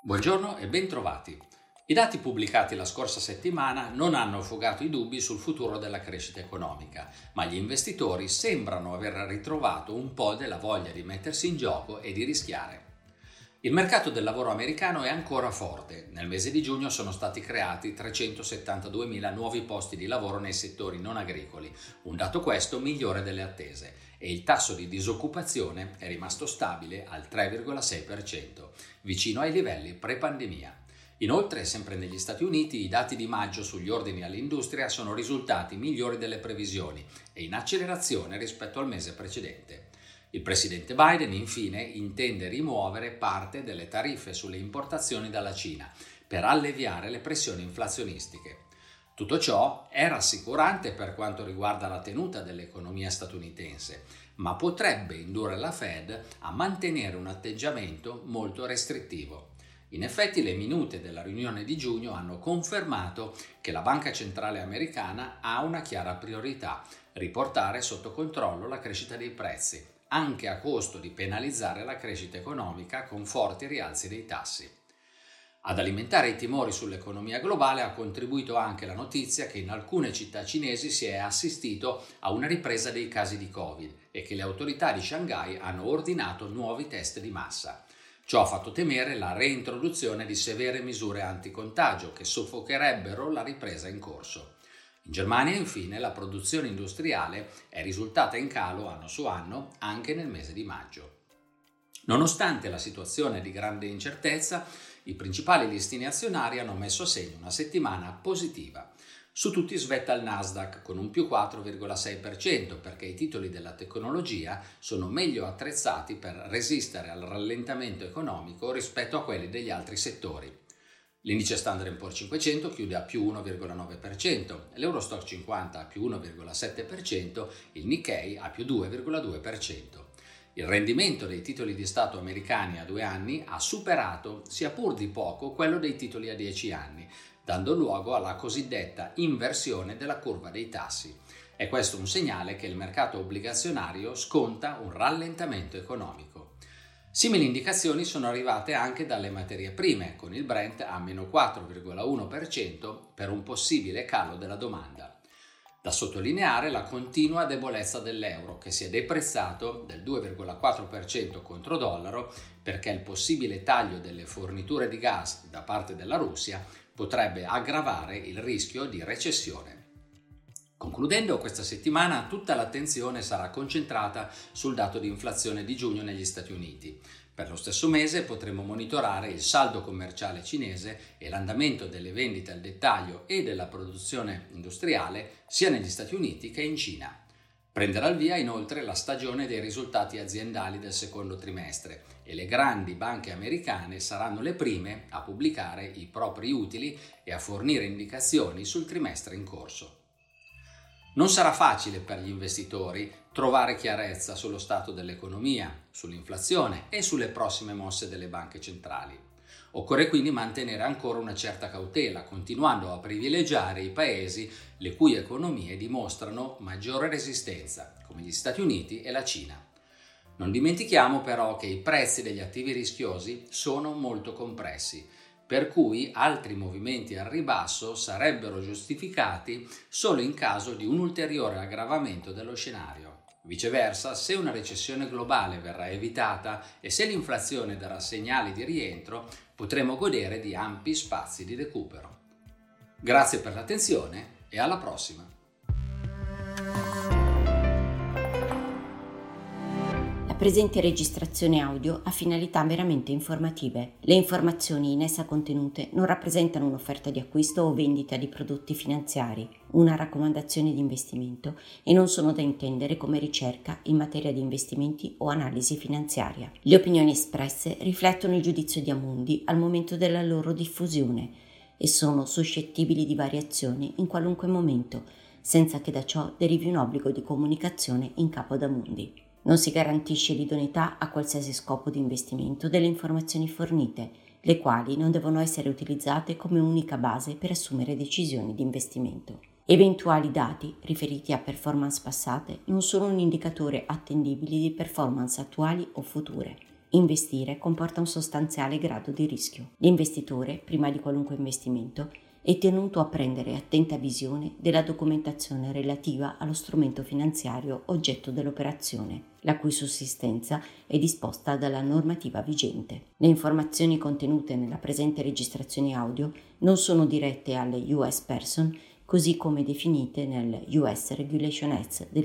Buongiorno e bentrovati. I dati pubblicati la scorsa settimana non hanno fugato i dubbi sul futuro della crescita economica, ma gli investitori sembrano aver ritrovato un po' della voglia di mettersi in gioco e di rischiare. Il mercato del lavoro americano è ancora forte. Nel mese di giugno sono stati creati 372.000 nuovi posti di lavoro nei settori non agricoli, un dato questo migliore delle attese, e il tasso di disoccupazione è rimasto stabile al 3,6%, vicino ai livelli pre-pandemia. Inoltre, sempre negli Stati Uniti, i dati di maggio sugli ordini all'industria sono risultati migliori delle previsioni e in accelerazione rispetto al mese precedente. Il presidente Biden, infine, intende rimuovere parte delle tariffe sulle importazioni dalla Cina per alleviare le pressioni inflazionistiche. Tutto ciò è rassicurante per quanto riguarda la tenuta dell'economia statunitense, ma potrebbe indurre la Fed a mantenere un atteggiamento molto restrittivo. In effetti, le minute della riunione di giugno hanno confermato che la Banca Centrale Americana ha una chiara priorità: riportare sotto controllo la crescita dei prezzi, anche a costo di penalizzare la crescita economica con forti rialzi dei tassi. Ad alimentare i timori sull'economia globale ha contribuito anche la notizia che in alcune città cinesi si è assistito a una ripresa dei casi di Covid e che le autorità di Shanghai hanno ordinato nuovi test di massa. Ciò ha fatto temere la reintroduzione di severe misure anticontagio che soffocherebbero la ripresa in corso. In Germania, infine, la produzione industriale è risultata in calo anno su anno anche nel mese di maggio. Nonostante la situazione di grande incertezza, i principali listini azionari hanno messo a segno una settimana positiva. Su tutti svetta il Nasdaq con un più 4,6% perché i titoli della tecnologia sono meglio attrezzati per resistere al rallentamento economico rispetto a quelli degli altri settori. L'indice Standard & Poor's 500 chiude a più 1,9%, l'Eurostoxx 50 a più 1,7%, il Nikkei a più 2,2%. Il rendimento dei titoli di Stato americani a 2 anni ha superato, sia pur di poco, quello dei titoli a 10 anni, dando luogo alla cosiddetta inversione della curva dei tassi. È questo un segnale che il mercato obbligazionario sconta un rallentamento economico. Simili indicazioni sono arrivate anche dalle materie prime, con il Brent a meno 4,1% per un possibile calo della domanda. Da sottolineare la continua debolezza dell'euro, che si è deprezzato del 2,4% contro dollaro perché il possibile taglio delle forniture di gas da parte della Russia potrebbe aggravare il rischio di recessione. Concludendo, questa settimana tutta l'attenzione sarà concentrata sul dato di inflazione di giugno negli Stati Uniti. Per lo stesso mese potremo monitorare il saldo commerciale cinese e l'andamento delle vendite al dettaglio e della produzione industriale sia negli Stati Uniti che in Cina. Prenderà il via inoltre la stagione dei risultati aziendali del secondo trimestre e le grandi banche americane saranno le prime a pubblicare i propri utili e a fornire indicazioni sul trimestre in corso. Non sarà facile per gli investitori trovare chiarezza sullo stato dell'economia, sull'inflazione e sulle prossime mosse delle banche centrali. Occorre quindi mantenere ancora una certa cautela, continuando a privilegiare i paesi le cui economie dimostrano maggiore resistenza, come gli Stati Uniti e la Cina. Non dimentichiamo però che i prezzi degli attivi rischiosi sono molto compressi, per cui altri movimenti al ribasso sarebbero giustificati solo in caso di un ulteriore aggravamento dello scenario. Viceversa, se una recessione globale verrà evitata e se l'inflazione darà segnali di rientro, potremo godere di ampi spazi di recupero. Grazie per l'attenzione e alla prossima! La presente registrazione audio ha finalità meramente informative. Le informazioni in essa contenute non rappresentano un'offerta di acquisto o vendita di prodotti finanziari, una raccomandazione di investimento e non sono da intendere come ricerca in materia di investimenti o analisi finanziaria. Le opinioni espresse riflettono il giudizio di Amundi al momento della loro diffusione e sono suscettibili di variazioni in qualunque momento, senza che da ciò derivi un obbligo di comunicazione in capo ad Amundi. Non si garantisce l'idoneità a qualsiasi scopo di investimento delle informazioni fornite, le quali non devono essere utilizzate come unica base per assumere decisioni di investimento. Eventuali dati riferiti a performance passate non sono un indicatore attendibile di performance attuali o future. Investire comporta un sostanziale grado di rischio. L'investitore, prima di qualunque investimento, è tenuto a prendere attenta visione della documentazione relativa allo strumento finanziario oggetto dell'operazione, la cui sussistenza è disposta dalla normativa vigente. Le informazioni contenute nella presente registrazione audio non sono dirette alle US Person, così come definite nel US Regulation Act del